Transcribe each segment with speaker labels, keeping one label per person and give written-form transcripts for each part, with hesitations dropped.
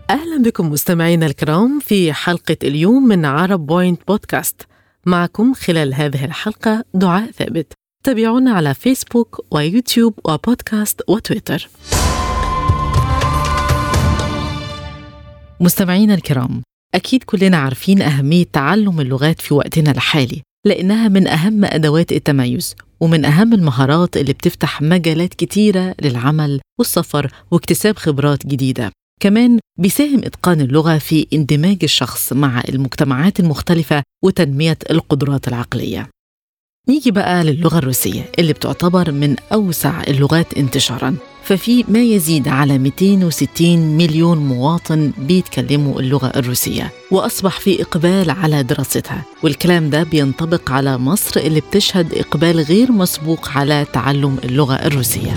Speaker 1: أهلا بكم مستمعينا الكرام في حلقة اليوم من عرب بوينت بودكاست. معكم خلال هذه الحلقة دعاء ثابت. تابعونا على فيسبوك ويوتيوب وبودكاست وتويتر. مستمعينا الكرام، أكيد كلنا عارفين أهمية تعلم اللغات في وقتنا الحالي، لأنها من أهم أدوات التميز ومن أهم المهارات اللي بتفتح مجالات كتيرة للعمل والسفر واكتساب خبرات جديدة. كمان بيساهم إتقان اللغة في اندماج الشخص مع المجتمعات المختلفة وتنمية القدرات العقلية. نيجي بقى للغة الروسية اللي بتعتبر من أوسع اللغات انتشاراً، ففي ما يزيد على 260 مليون مواطن بيتكلموا اللغة الروسية، وأصبح في إقبال على دراستها. والكلام ده بينطبق على مصر اللي بتشهد إقبال غير مسبوق على تعلم اللغة الروسية.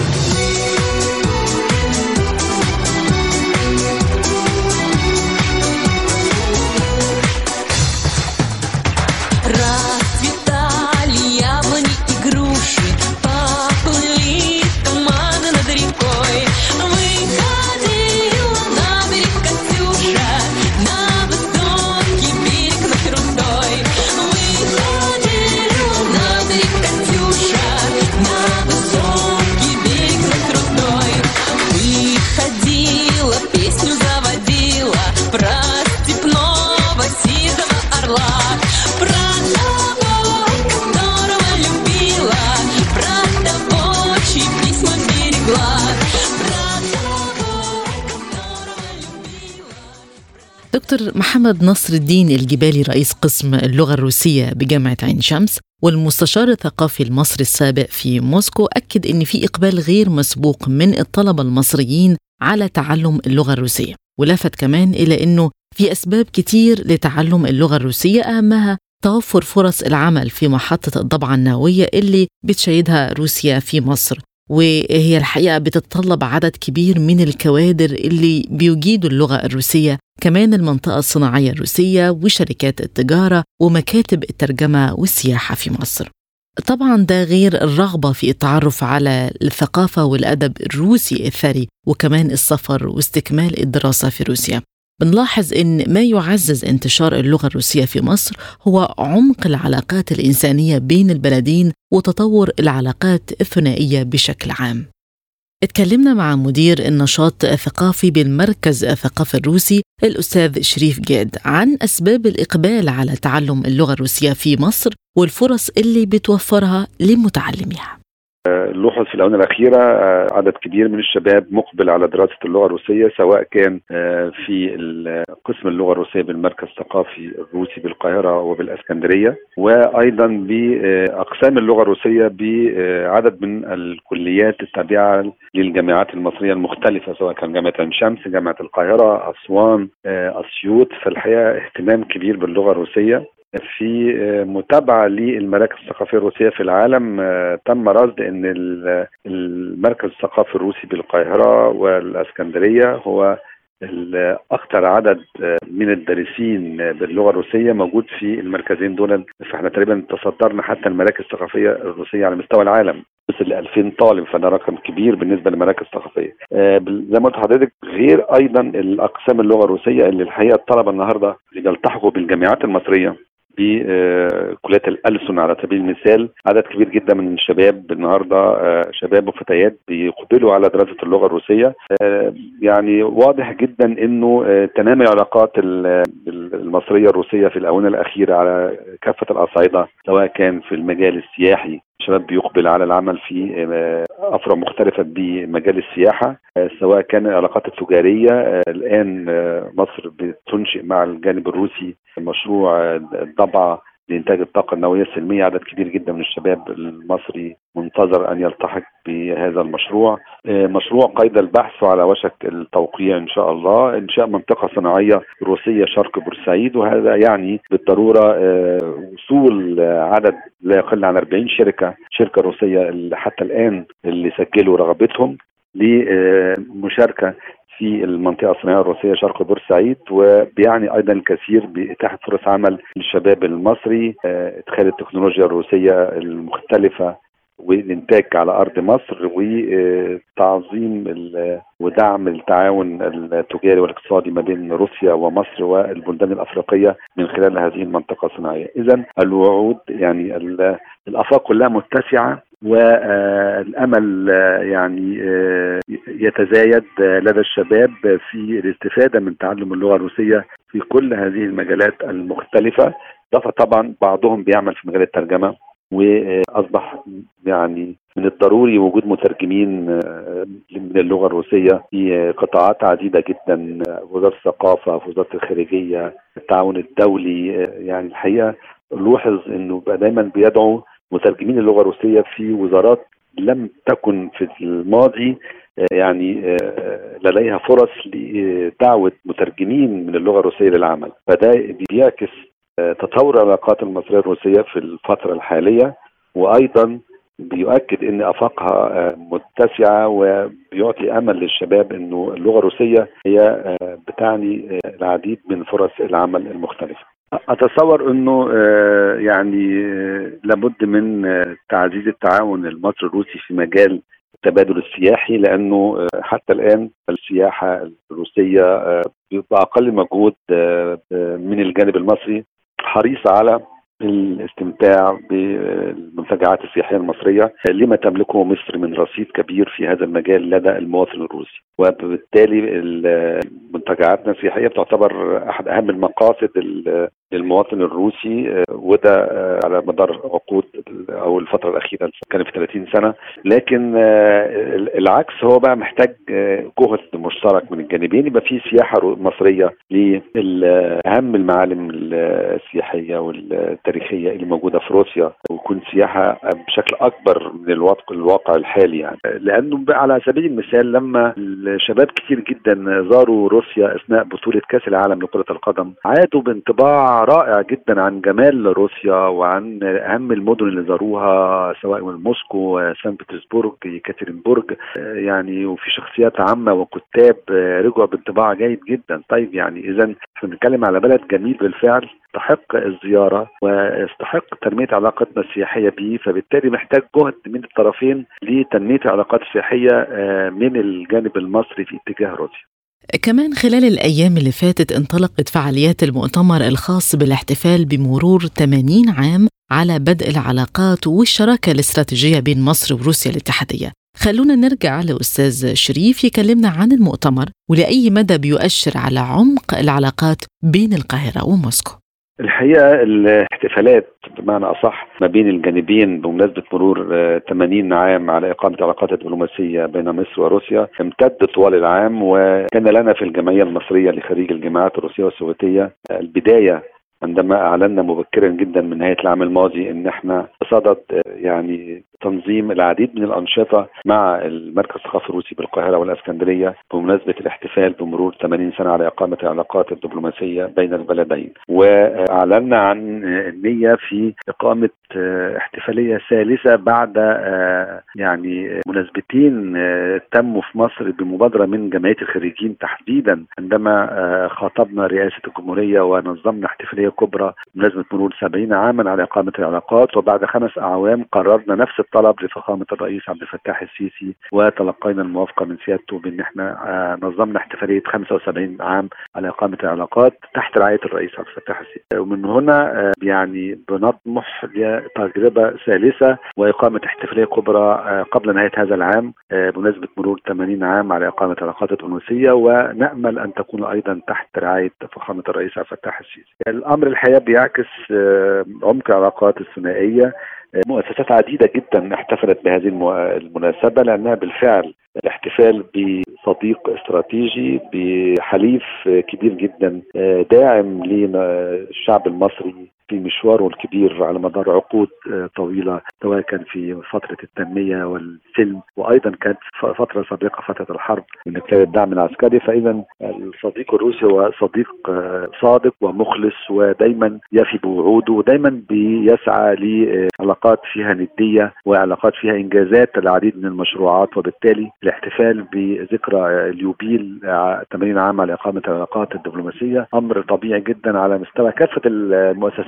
Speaker 1: دكتور محمد نصر الدين الجبالي، رئيس قسم اللغة الروسية بجامعة عين شمس والمستشار الثقافي المصري السابق في موسكو، أكد إن في إقبال غير مسبوق من الطلبة المصريين على تعلم اللغة الروسية، ولفت كمان إلى إنه في أسباب كتير لتعلم اللغة الروسية، أهمها توفر فرص العمل في محطة الضبعة النووية اللي بتشيدها روسيا في مصر، وهي الحقيقة بتتطلب عدد كبير من الكوادر اللي بيجيدوا اللغة الروسية. كمان المنطقة الصناعية الروسية وشركات التجارة ومكاتب الترجمة والسياحة في مصر. طبعا ده غير الرغبة في التعرف على الثقافة والأدب الروسي الثري، وكمان السفر واستكمال الدراسة في روسيا. بنلاحظ إن ما يعزز انتشار اللغة الروسية في مصر هو عمق العلاقات الإنسانية بين البلدين وتطور العلاقات الثنائية بشكل عام. اتكلمنا مع مدير النشاط الثقافي بالمركز الثقافي الروسي الأستاذ شريف جاد عن أسباب الإقبال على تعلم اللغة الروسية في مصر والفرص اللي بتوفرها لمتعلميها.
Speaker 2: نلاحظ في الآونة الأخيرة عدد كبير من الشباب مقبل على دراسة اللغة الروسية، سواء كان في قسم اللغة الروسية بالمركز الثقافي الروسي بالقاهرة وبالإسكندرية، وأيضا بأقسام اللغة الروسية بعدد من الكليات التابعة للجامعات المصرية المختلفة، سواء كان جامعة عين شمس، جامعة القاهرة، أسوان، أسيوط. فالحقيقة اهتمام كبير باللغة الروسية. في متابعة للمراكز الثقافية الروسية في العالم تم رصد أن المركز الثقافي الروسي بالقاهرة والإسكندرية هو الأكثر عدد من الدارسين باللغة الروسية موجود في المركزين دول. فاحنا تقريبا تصدرنا حتى المراكز الثقافية الروسية على مستوى العالم، وصل ل 2000 طالب، فده رقم كبير بالنسبة للمراكز الثقافية. زي ما قلت لحضرتك، غير أيضا الأقسام اللغة الروسية اللي الحقيقة الطلبة النهاردة اللي بيلتحقوا بالجامعات المصرية بكليات الألسن على سبيل المثال، عدد كبير جدا من الشباب النهارده، شباب وفتيات بيقبلوا على دراسة اللغة الروسية. يعني واضح جدا انه تنامي العلاقات المصرية الروسية في الآونة الأخيرة على كافة الأصعدة، سواء كان في المجال السياحي، الشباب بيقبل على العمل في أفرع مختلفة بمجال السياحة، سواء كان العلاقات التجارية. الآن مصر بتنشئ مع الجانب الروسي مشروع الضبعة لإنتاج الطاقة النووية السلمية. عدد كبير جدا من الشباب المصري منتظر أن يلتحق بهذا المشروع. مشروع قيد البحث وعلى وشك التوقيع إن شاء الله، إنشاء منطقة صناعية روسية شرق بورسعيد، وهذا يعني بالضرورة وصول عدد لا يقل عن 40 شركة روسية حتى الآن اللي سجلوا رغبتهم لمشاركة في المنطقة الصناعية الروسية شرق بورسعيد، وبيعني أيضا الكثير بإتاحة فرص عمل للشباب المصري، إدخال التكنولوجيا الروسية المختلفة والإنتاج على أرض مصر، وتعظيم ودعم التعاون التجاري والاقتصادي ما بين روسيا ومصر والبلدان الأفريقية من خلال هذه المنطقة الصناعية. إذن الوعود يعني الآفاق كلها متسعة، والأمل يعني يتزايد لدى الشباب في الاستفادة من تعلم اللغة الروسية في كل هذه المجالات المختلفة. طبعا بعضهم بيعمل في مجال الترجمة، وأصبح يعني من الضروري وجود مترجمين من اللغة الروسية في قطاعات عديدة جدا، وزارة الثقافة، في وزارة الخارجية، التعاون الدولي. يعني الحقيقة نلاحظ أنه دايما بيدعو مترجمين اللغة الروسية في وزارات لم تكن في الماضي يعني لديها فرص لدعوة مترجمين من اللغة الروسية للعمل. فده بيعكس تطور العلاقات المصرية الروسية في الفترة الحالية، وأيضا بيؤكد أن آفاقها متسعة، وبيعطي أمل للشباب أنه اللغة الروسية هي بتعني العديد من فرص العمل المختلفة. أتصور أنه يعني لابد من تعزيز التعاون المصري الروسي في مجال التبادل السياحي، لأنه حتى الآن السياحة الروسية بأقل مجهود من الجانب المصري حريصة على الاستمتاع بالمنتجعات السياحية المصرية لما تملكه مصر من رصيد كبير في هذا المجال لدى المواطن الروسي. وبالتالي منتجعاتنا السياحية بتعتبر أحد أهم المقاصد للمواطن الروسي، وده على مدار عقود أو الفترة الأخيرة كان في 30 سنة. لكن العكس هو بقى محتاج جهد مشترك من الجانبين، يبقى في سياحة مصرية لأهم المعالم السياحية والتاريخية اللي موجودة في روسيا، ويكون سياحة بشكل أكبر من الواقع الحالي. يعني لأنه على سبيل المثال لما الشباب كتير جدا زاروا روسيا أثناء بطولة كأس العالم لكرة القدم، عادوا بانطباع رائع جدا عن جمال روسيا وعن أهم المدن اللي زاروها، سواء من موسكو، سان بطرسبورغ، يكاترينبورغ، يعني وفي شخصيات عامة وكتاب رجعوا بانطباع جيد جدا. طيب يعني إذن احنا بنتكلم على بلد جميل بالفعل، يستحق الزيارة ويستحق تنمية علاقتنا السياحية به، فبالتالي محتاج جهد من الطرفين لتنمية العلاقات السياحية من الجانب المصري في اتجاه روسيا.
Speaker 1: كمان خلال الأيام اللي فاتت انطلقت فعاليات المؤتمر الخاص بالاحتفال بمرور 80 عام على بدء العلاقات والشراكة الاستراتيجية بين مصر وروسيا الاتحادية. خلونا نرجع لأستاذ شريف يكلمنا عن المؤتمر ولأي مدى بيؤشر على عمق العلاقات بين القاهرة وموسكو.
Speaker 2: الحقيقة الاحتفالات بمعنى أصح ما بين الجانبين بمناسبة مرور 80 عام على إقامة العلاقات الدبلوماسية بين مصر وروسيا امتد طوال العام، وكان لنا في الجمعية المصرية لخريج الجامعات الروسية والسوفيتية البداية عندما أعلنا مبكرا جدا من نهاية العام الماضي أن احنا بصدد يعني تنظيم العديد من الأنشطة مع المركز الثقافي الروسي بالقاهرة والإسكندرية بمناسبة الاحتفال بمرور 80 سنة على إقامة العلاقات الدبلوماسية بين البلدين. وأعلنا عن النية في إقامة احتفالية ثالثة بعد يعني مناسبتين تموا في مصر بمبادرة من جمعية الخريجين تحديدا، عندما خاطبنا رئاسة الجمهورية ونظمنا احتفالية كبرى بمناسبة مرور 70 عاما على إقامة العلاقات. وبعد 5 أعوام قررنا نفس الطلب لفخامة الرئيس عبد الفتاح السيسي، وتلقينا الموافقة من سيادته بأن احنا نظمنا احتفالية 75 عام على إقامة العلاقات تحت رعاية الرئيس عبد الفتاح السيسي. ومن هنا يعني بنطمح لتجربة ثالثة وإقامة احتفالية كبرى قبل نهاية هذا العام بمناسبة مرور 80 عام على إقامة العلاقات الدبلوماسية، ونأمل أن تكون أيضا تحت رعاية فخامة الرئيس عبد الفتاح السيسي. الأمر الحقيقة بيعكس عمق العلاقات الثنائية. مؤسسات عديدة جدا احتفلت بهذه المناسبة، لأنها بالفعل الاحتفال بصديق استراتيجي بحليف كبير جدا داعم للشعب المصري في مشواره الكبير على مدار عقود طويلة، سواء كان في فترة التنمية والسلم، وأيضا كانت فترة سابقة فترة الحرب من خلال الدعم العسكري. فإذا الصديق الروسي هو صديق صادق ومخلص، ودايما يفي بوعوده، ودايما بيسعى لعلاقات فيها ندية وعلاقات فيها إنجازات العديد من المشروعات. وبالتالي الاحتفال بذكرى اليوبيل 80 عام على إقامة العلاقات الدبلوماسية أمر طبيعي جدا على مستوى كافة المؤسسات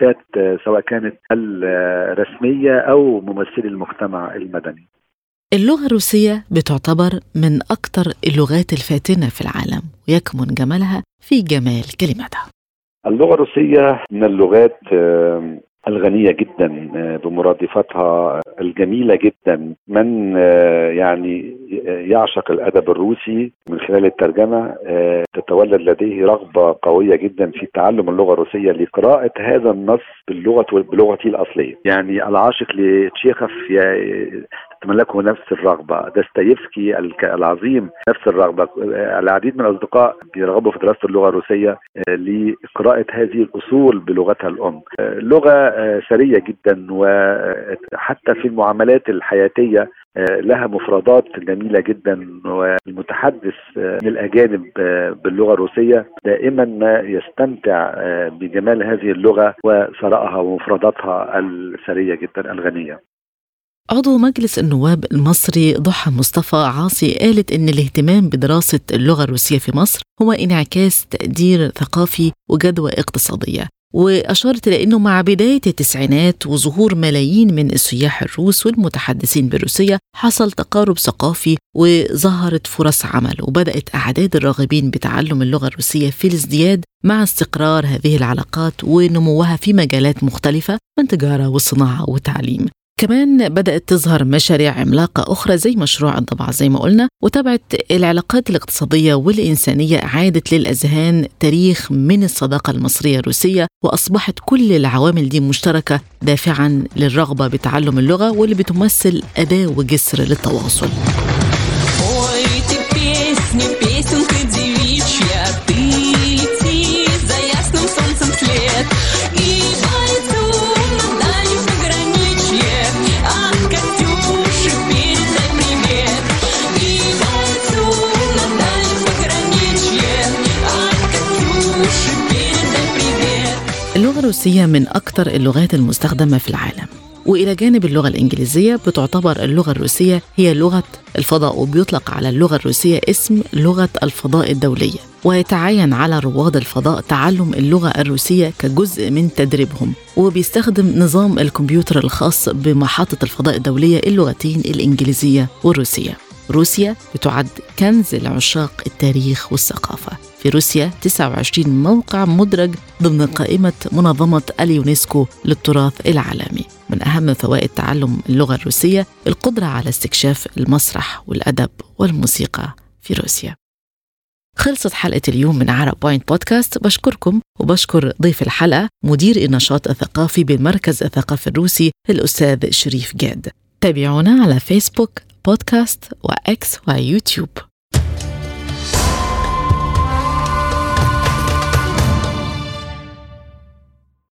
Speaker 2: اللغات سواء كانت الرسمية أو ممثلي المجتمع المدني.
Speaker 1: اللغة الروسية بتعتبر من أكثر اللغات الفاتنة في العالم، ويكمن جمالها في جمال كلماتها.
Speaker 2: اللغة الروسية من اللغات الغنية جدا بمرادفتها الجميلة جدا. من يعني يعشق الأدب الروسي من خلال الترجمة تتولد لديه رغبة قوية جدا في تعلم اللغة الروسية لقراءة هذا النص بلغته الأصلية. يعني العاشق لتشيخوف تملكه نفس الرغبة، داستايفسكي العظيم نفس الرغبة. العديد من الأصدقاء بيرغبوا في دراسة اللغة الروسية لقراءة هذه الأصول بلغتها الأم. لغة ثرية جدا، وحتى في المعاملات الحياتية لها مفردات جميلة جدا. والمتحدث من الأجانب باللغة الروسية دائما ما يستمتع بجمال هذه اللغة وثرائها ومفرداتها الثرية جدا الغنية.
Speaker 1: عضو مجلس النواب المصري ضحى مصطفى عاصي قالت إن الاهتمام بدراسة اللغة الروسية في مصر هو انعكاس تقدير ثقافي وجدوى اقتصادية، وأشارت إلى أنه مع بداية التسعينات وظهور ملايين من السياح الروس والمتحدثين بالروسية حصل تقارب ثقافي وظهرت فرص عمل، وبدأت أعداد الراغبين بتعلم اللغة الروسية في الازدياد مع استقرار هذه العلاقات ونموها في مجالات مختلفة من تجارة وصناعة وتعليم. كمان بدأت تظهر مشاريع عملاقة أخرى زي مشروع الضبع زي ما قلنا، وتابعت العلاقات الاقتصادية والإنسانية عادت للأذهان تاريخ من الصداقة المصرية الروسية، وأصبحت كل العوامل دي مشتركة دافعا للرغبة بتعلم اللغة واللي بتمثل أداة وجسر للتواصل. اللغة الروسية من أكثر اللغات المستخدمة في العالم، وإلى جانب اللغة الإنجليزية بتعتبر اللغة الروسية هي لغة الفضاء، وبيطلق على اللغة الروسية اسم لغة الفضاء الدولية، ويتعين على رواد الفضاء تعلم اللغة الروسية كجزء من تدريبهم، وبيستخدم نظام الكمبيوتر الخاص بمحطة الفضاء الدولية اللغتين الإنجليزية والروسية. روسيا بتعد كنز لعشاق التاريخ والثقافة. في روسيا 29 موقع مدرج ضمن قائمة منظمة اليونسكو للتراث العالمي. من أهم فوائد تعلم اللغة الروسية القدرة على استكشاف المسرح والأدب والموسيقى في روسيا. خلصت حلقة اليوم من عرب بوينت بودكاست. بشكركم وبشكر ضيف الحلقة مدير النشاط الثقافي بالمركز الثقافي الروسي الأستاذ شريف جاد. تابعونا على فيسبوك بودكاست وإكس ويوتيوب.